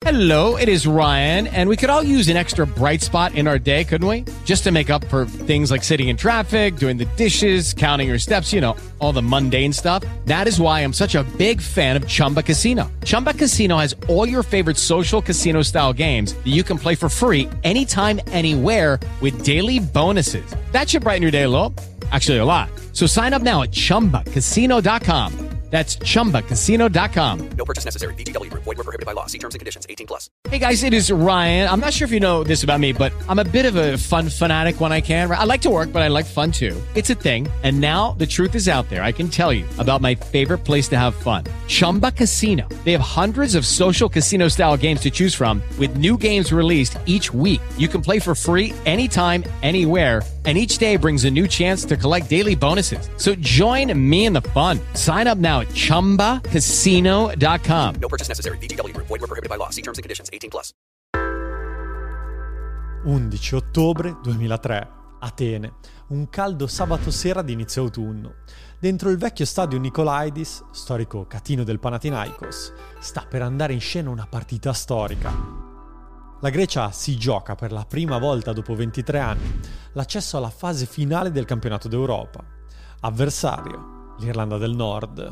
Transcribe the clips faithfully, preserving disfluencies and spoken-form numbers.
Hello, it is Ryan, and we could all use an extra bright spot in our day, couldn't we? Just to make up for things like sitting in traffic, doing the dishes, counting your steps, you know, all the mundane stuff. That is why I'm such a big fan of Chumba Casino. Chumba Casino has all your favorite social casino-style games that you can play for free anytime, anywhere with daily bonuses. That should brighten your day a little. Actually, a lot. So sign up now at chumba casino dot com. That's chumba casino dot com. No purchase necessary. V G W Group. Void where prohibited by law. See terms and conditions. eighteen plus. Hey guys, it is Ryan. I'm not sure if you know this about me, but I'm a bit of a fun fanatic when I can. I like to work, but I like fun too. It's a thing. And now the truth is out there. I can tell you about my favorite place to have fun. Chumba Casino. They have hundreds of social casino style games to choose from with new games released each week. You can play for free anytime, anywhere. And each day brings a new chance to collect daily bonuses. So join me in the fun. Sign up now at chumba casino dot com. No purchase necessary. V G W Group. Void where prohibited by law. See terms and conditions. eighteen plus. undici ottobre duemilatré, Atene. Un caldo sabato sera di inizio autunno. Dentro il vecchio stadio Nikolaidis, storico catino del Panathinaikos, sta per andare in scena una partita storica. La Grecia si gioca per la prima volta dopo ventitré anni l'accesso alla fase finale del campionato d'Europa. Avversario, l'Irlanda del Nord.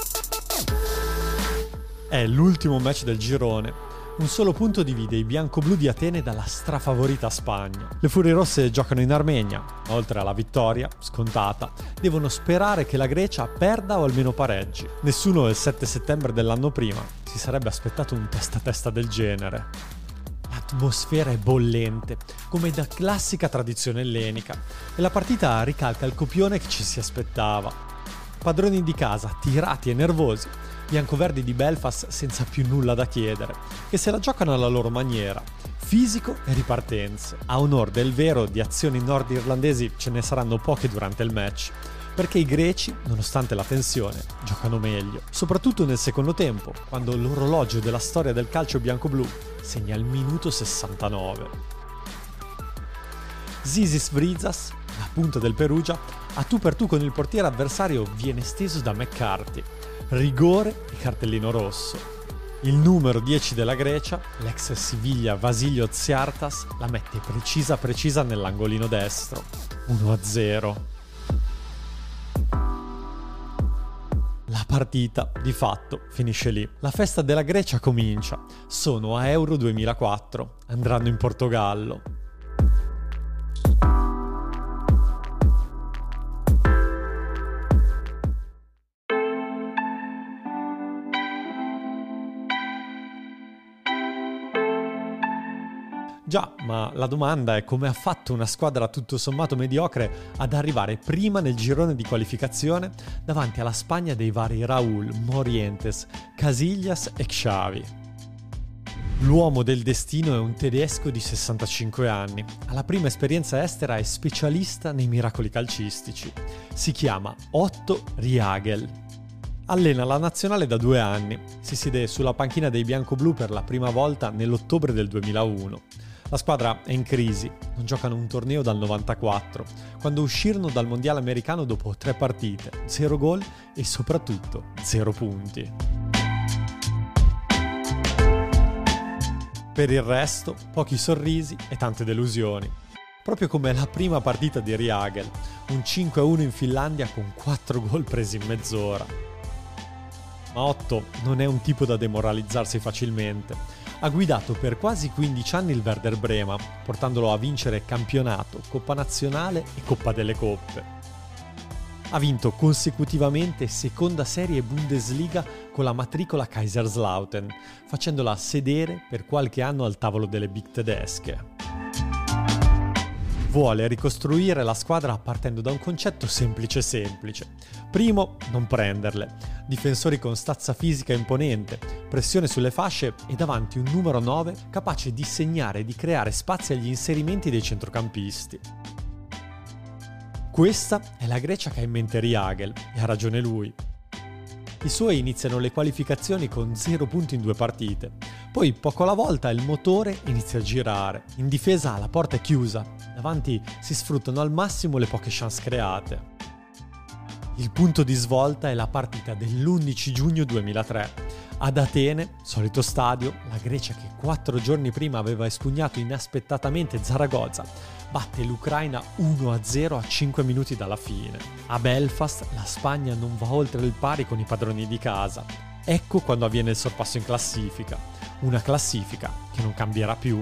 È l'ultimo match del girone. Un solo punto divide i biancoblù di Atene dalla strafavorita Spagna. Le Furie Rosse giocano in Armenia, ma oltre alla vittoria, scontata, devono sperare che la Grecia perda o almeno pareggi. Nessuno il sette settembre dell'anno prima si sarebbe aspettato un testa a testa del genere. L'atmosfera è bollente, come da classica tradizione ellenica, e la partita ricalca il copione che ci si aspettava. Padroni di casa, tirati e nervosi, biancoverdi di Belfast senza più nulla da chiedere, che se la giocano alla loro maniera, fisico e ripartenze. A onor del vero, di azioni nordirlandesi ce ne saranno poche durante il match, perché i greci, nonostante la tensione, giocano meglio. Soprattutto nel secondo tempo, quando l'orologio della storia del calcio biancoblù segna il minuto sessantanove. Zisis Vrizas, la punta del Perugia, a tu per tu con il portiere avversario viene steso da McCarthy. Rigore e cartellino rosso. Il numero dieci della Grecia, l'ex Siviglia Vasilio Tsiartas, la mette precisa precisa nell'angolino destro. uno a zero. La partita, di fatto, finisce lì. La festa della Grecia comincia. Sono a Euro duemilaquattro. Andranno in Portogallo. Già, ma la domanda è come ha fatto una squadra tutto sommato mediocre ad arrivare prima nel girone di qualificazione davanti alla Spagna dei vari Raúl, Morientes, Casillas e Xavi. L'uomo del destino è un tedesco di sessantacinque anni, alla prima esperienza estera è specialista nei miracoli calcistici. Si chiama Otto Riagel. Allena la nazionale da due anni, si siede sulla panchina dei biancoblù per la prima volta nell'ottobre del duemilauno. La squadra è in crisi, non giocano un torneo dal novantaquattro, quando uscirono dal mondiale americano dopo tre partite, zero gol e soprattutto zero punti. Per il resto, pochi sorrisi e tante delusioni. Proprio come la prima partita di Riagel, un cinque a uno in Finlandia con quattro gol presi in mezz'ora. Ma Otto non è un tipo da demoralizzarsi facilmente. Ha guidato per quasi quindici anni il Werder Brema, portandolo a vincere campionato, Coppa Nazionale e Coppa delle Coppe. Ha vinto consecutivamente seconda serie Bundesliga con la matricola Kaiserslautern, facendola sedere per qualche anno al tavolo delle big tedesche. Vuole ricostruire la squadra partendo da un concetto semplice semplice. Primo, non prenderle. Difensori con stazza fisica imponente, pressione sulle fasce e davanti un numero nove capace di segnare e di creare spazi agli inserimenti dei centrocampisti. Questa è la Grecia che ha in mente Riagel, e ha ragione lui. I suoi iniziano le qualificazioni con zero punti in due partite. Poi, poco alla volta, il motore inizia a girare. In difesa la porta è chiusa. Davanti si sfruttano al massimo le poche chance create. Il punto di svolta è la partita dell'undici giugno duemilatré. Ad Atene, solito stadio, la Grecia che quattro giorni prima aveva espugnato inaspettatamente Zaragoza, batte l'Ucraina uno a zero a cinque minuti dalla fine. A Belfast la Spagna non va oltre il pari con i padroni di casa. Ecco quando avviene il sorpasso in classifica, una classifica che non cambierà più.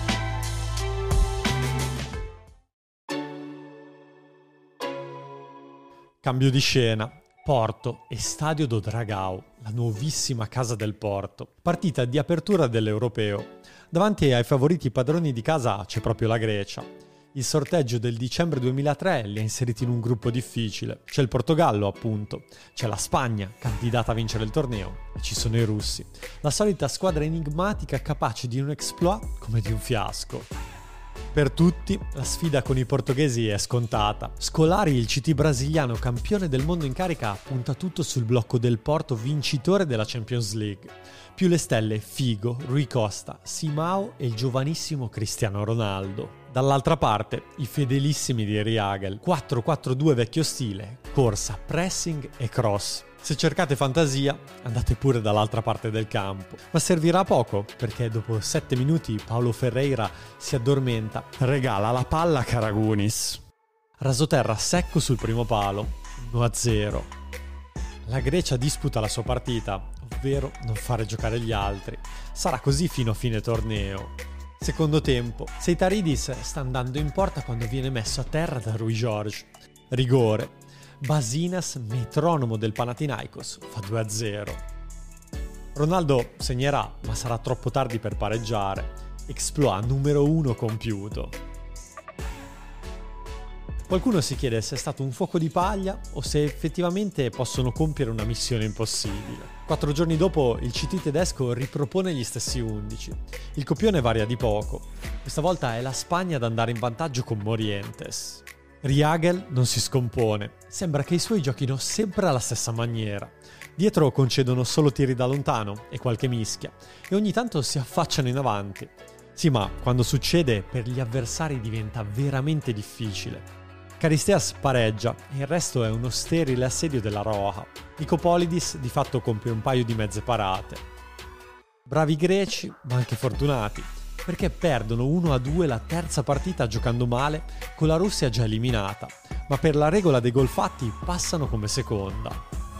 Cambio di scena. Porto e Stadio do Dragao, la nuovissima casa del Porto. Partita di apertura dell'Europeo. Davanti ai favoriti padroni di casa c'è proprio la Grecia. Il sorteggio del dicembre duemilatré li ha inseriti in un gruppo difficile. C'è il Portogallo, appunto. C'è la Spagna, candidata a vincere il torneo. E ci sono i russi. La solita squadra enigmatica capace di un exploit come di un fiasco. Per tutti, la sfida con i portoghesi è scontata. Scolari, il C T brasiliano campione del mondo in carica, punta tutto sul blocco del Porto vincitore della Champions League. Più le stelle Figo, Rui Costa, Simao e il giovanissimo Cristiano Ronaldo. Dall'altra parte, i fedelissimi di Riagel, quattro quattro due vecchio stile, corsa, pressing e cross. Se cercate fantasia, andate pure dall'altra parte del campo. Ma servirà poco, perché dopo sette minuti Paulo Ferreira si addormenta, regala la palla a Karagunis. Rasoterra secco sul primo palo, uno a zero. La Grecia disputa la sua partita, ovvero non fare giocare gli altri. Sarà così fino a fine torneo. Secondo tempo, Seitaridis sta andando in porta quando viene messo a terra da Rui George. Rigore. Basinas, metronomo del Panathinaikos, fa due a zero. Ronaldo segnerà, ma sarà troppo tardi per pareggiare. Exploit numero uno compiuto. Qualcuno si chiede se è stato un fuoco di paglia o se effettivamente possono compiere una missione impossibile. Quattro giorni dopo il C T tedesco ripropone gli stessi undici. Il copione varia di poco. Questa volta è la Spagna ad andare in vantaggio con Morientes. Riagel non si scompone, sembra che i suoi giochino sempre alla stessa maniera. Dietro concedono solo tiri da lontano e qualche mischia, e ogni tanto si affacciano in avanti. Sì, ma quando succede per gli avversari diventa veramente difficile. Charisteas pareggia e il resto è uno sterile assedio della Roja. Nicopolidis di fatto compie un paio di mezze parate. Bravi greci, ma anche fortunati, perché perdono uno a due la terza partita giocando male, con la Russia già eliminata, ma per la regola dei gol fatti passano come seconda.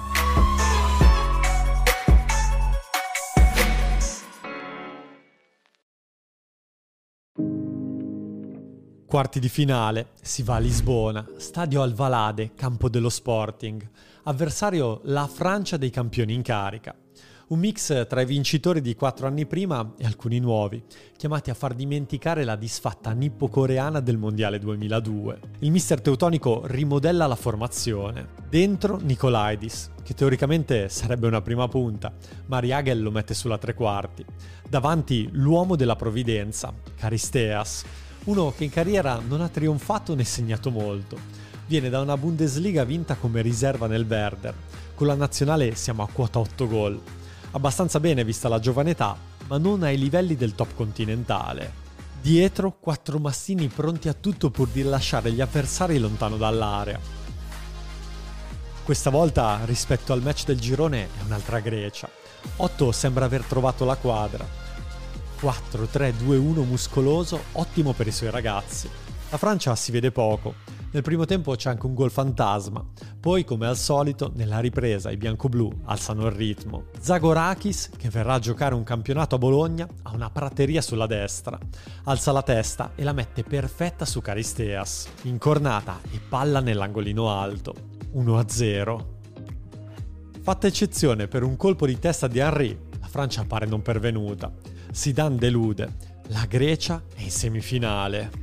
Quarti di finale, si va a Lisbona, stadio Alvalade, campo dello Sporting, avversario la Francia dei campioni in carica. Un mix tra i vincitori di quattro anni prima e alcuni nuovi, chiamati a far dimenticare la disfatta nippo-coreana del Mondiale duemiladue. Il mister teutonico rimodella la formazione. Dentro Nikolaidis, che teoricamente sarebbe una prima punta, ma Riagel lo mette sulla tre quarti. Davanti l'uomo della provvidenza, Charisteas, uno che in carriera non ha trionfato né segnato molto. Viene da una Bundesliga vinta come riserva nel Werder. Con la nazionale siamo a quota otto gol. Abbastanza bene vista la giovane età, ma non ai livelli del top continentale. Dietro, quattro mastini pronti a tutto pur di lasciare gli avversari lontano dall'area. Questa volta, rispetto al match del girone, è un'altra Grecia. Otto sembra aver trovato la quadra. quattro tre due uno muscoloso, ottimo per i suoi ragazzi. La Francia si vede poco. Nel primo tempo c'è anche un gol fantasma. Poi, come al solito, nella ripresa i biancoblù alzano il ritmo. Zagorakis, che verrà a giocare un campionato a Bologna, ha una prateria sulla destra. Alza la testa e la mette perfetta su Charisteas. Incornata e palla nell'angolino alto. uno a zero. Fatta eccezione per un colpo di testa di Henry, la Francia pare non pervenuta. Zidane delude. La Grecia è in semifinale.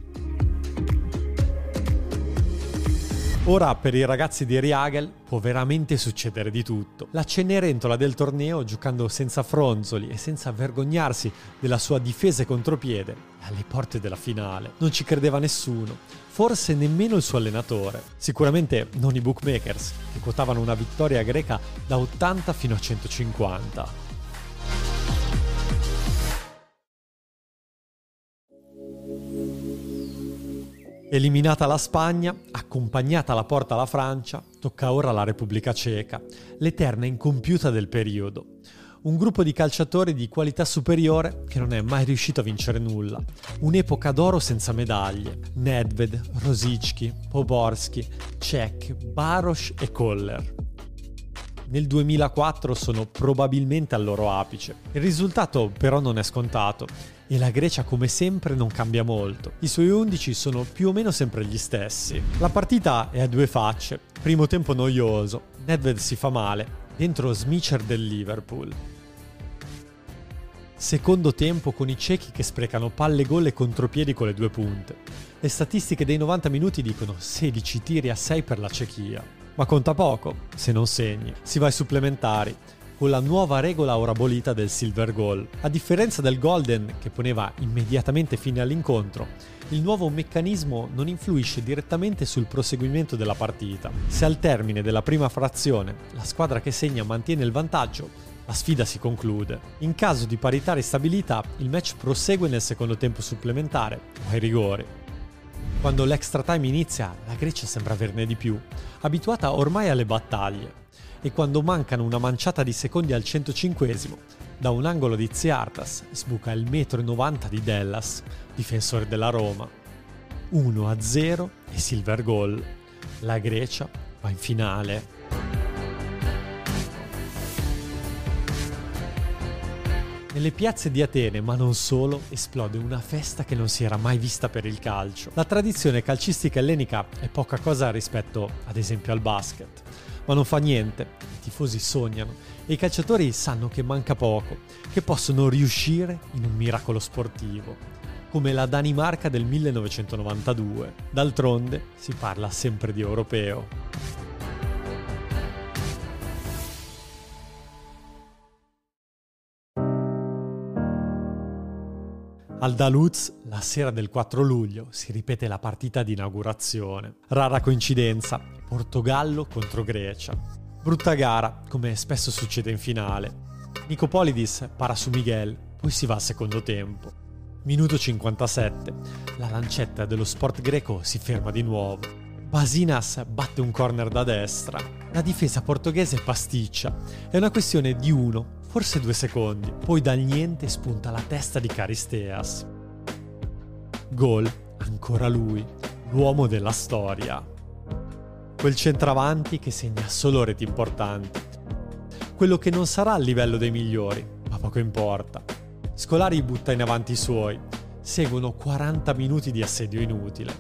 Ora per i ragazzi di Riagel può veramente succedere di tutto. La Cenerentola del torneo, giocando senza fronzoli e senza vergognarsi della sua difesa e contropiede, è alle porte della finale. Non ci credeva nessuno, forse nemmeno il suo allenatore. Sicuramente non i bookmakers, che quotavano una vittoria greca da ottanta fino a centocinquanta. Eliminata la Spagna, accompagnata alla porta la Francia, tocca ora la Repubblica Ceca, l'eterna incompiuta del periodo. Un gruppo di calciatori di qualità superiore che non è mai riuscito a vincere nulla. Un'epoca d'oro senza medaglie. Nedved, Rosicky, Poborski, Cech, Baros e Koller. Nel duemilaquattro sono probabilmente al loro apice. Il risultato però non è scontato e la Grecia come sempre non cambia molto. I suoi undici sono più o meno sempre gli stessi. La partita è a due facce. Primo tempo noioso, Nedved si fa male, dentro Smicer del Liverpool. Secondo tempo con i cechi che sprecano palle gol e contropiedi con le due punte. Le statistiche dei novanta minuti dicono sedici tiri a sei per la Cechia. Ma conta poco, se non segni. Si va ai supplementari, con la nuova regola ora abolita del silver goal. A differenza del golden, che poneva immediatamente fine all'incontro, il nuovo meccanismo non influisce direttamente sul proseguimento della partita. Se al termine della prima frazione la squadra che segna mantiene il vantaggio, la sfida si conclude. In caso di parità ristabilita, il match prosegue nel secondo tempo supplementare o ai rigori. Quando l'extra time inizia, la Grecia sembra averne di più, abituata ormai alle battaglie. E quando mancano una manciata di secondi al centocinquesimo, da un angolo di Tsiartas sbuca il metro e novanta di Dellas, difensore della Roma. uno a zero e silver goal. La Grecia va in finale. Nelle piazze di Atene, ma non solo, esplode una festa che non si era mai vista per il calcio. La tradizione calcistica ellenica è poca cosa rispetto, ad esempio, al basket. Ma non fa niente, i tifosi sognano e i calciatori sanno che manca poco, che possono riuscire in un miracolo sportivo, come la Danimarca del millenovecentonovantadue. D'altronde si parla sempre di europeo. Al Daluz, la sera del quattro luglio, si ripete la partita di inaugurazione. Rara coincidenza, Portogallo contro Grecia. Brutta gara, come spesso succede in finale. Nicopolidis para su Miguel, poi si va al secondo tempo. Minuto cinquantasette, la lancetta dello sport greco si ferma di nuovo. Basinas batte un corner da destra. La difesa portoghese pasticcia. È una questione di uno, forse due secondi. Poi dal niente spunta la testa di Charisteas. Gol, ancora lui, l'uomo della storia. Quel centravanti che segna solo reti importanti. Quello che non sarà al livello dei migliori, ma poco importa. Scolari butta in avanti i suoi. Seguono quaranta minuti di assedio inutile.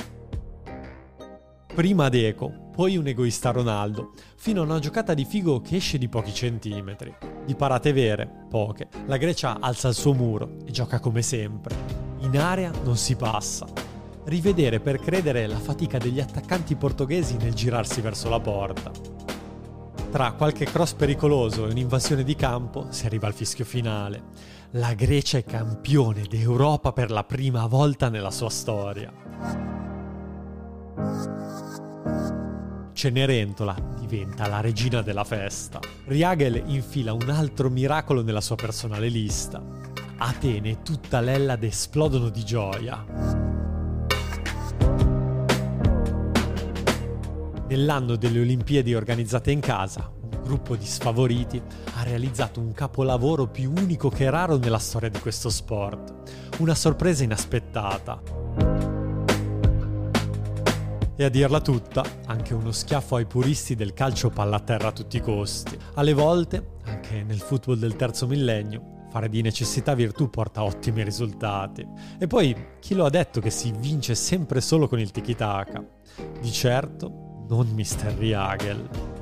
Prima Deco, poi un egoista Ronaldo, fino a una giocata di Figo che esce di pochi centimetri. Di parate vere, poche. La Grecia alza il suo muro e gioca come sempre. In area non si passa. Rivedere per credere la fatica degli attaccanti portoghesi nel girarsi verso la porta. Tra qualche cross pericoloso e un'invasione di campo si arriva al fischio finale. La Grecia è campione d'Europa per la prima volta nella sua storia. Cenerentola diventa la regina della festa. Riagel infila un altro miracolo nella sua personale lista. Atene e tutta l'Ellade esplodono di gioia. Nell'anno delle Olimpiadi organizzate in casa, un gruppo di sfavoriti ha realizzato un capolavoro più unico che raro nella storia di questo sport. Una sorpresa inaspettata. E a dirla tutta, anche uno schiaffo ai puristi del calcio palla a terra a tutti i costi. Alle volte, anche nel football del terzo millennio, fare di necessità virtù porta ottimi risultati. E poi, chi lo ha detto che si vince sempre solo con il tiki-taka? Di certo, non mister Riagel.